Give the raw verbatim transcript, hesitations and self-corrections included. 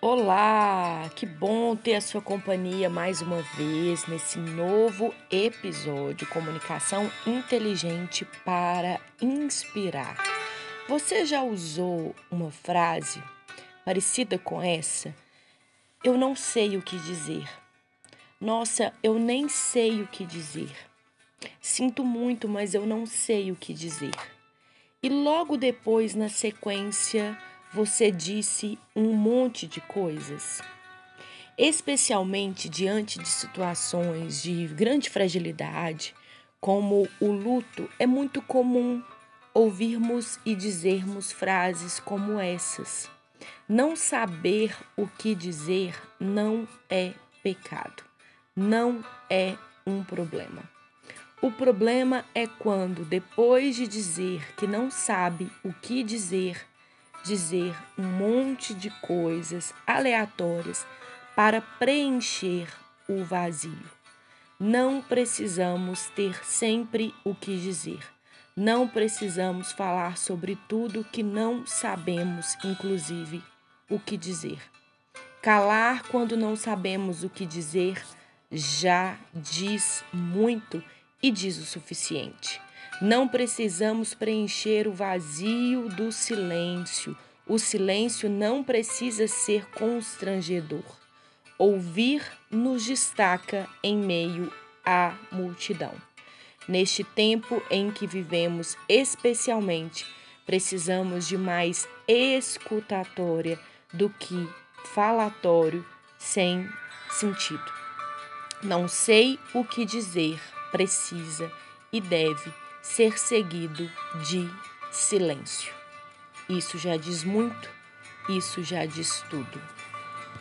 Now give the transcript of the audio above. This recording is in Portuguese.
Olá, que bom ter a sua companhia mais uma vez nesse novo episódio Comunicação Inteligente para Inspirar. Você já usou uma frase parecida com essa? Eu não sei o que dizer. Nossa, eu nem sei o que dizer. Sinto muito, mas eu não sei o que dizer. E logo depois, na sequência, você disse um monte de coisas. Especialmente diante de situações de grande fragilidade, como o luto, é muito comum ouvirmos e dizermos frases como essas. Não saber o que dizer não é pecado, não é um problema. O problema é quando, depois de dizer que não sabe o que dizer, dizer um monte de coisas aleatórias para preencher o vazio. Não precisamos ter sempre o que dizer. Não precisamos falar sobre tudo que não sabemos, inclusive o que dizer. Calar quando não sabemos o que dizer já diz muito e diz o suficiente. Não precisamos preencher o vazio do silêncio. O silêncio não precisa ser constrangedor. Ouvir nos destaca em meio à multidão. Neste tempo em que vivemos, especialmente, precisamos de mais escutatória do que falatório sem sentido. Não sei o que dizer, precisa e deve ser seguido de silêncio. Isso já diz muito, isso já diz tudo.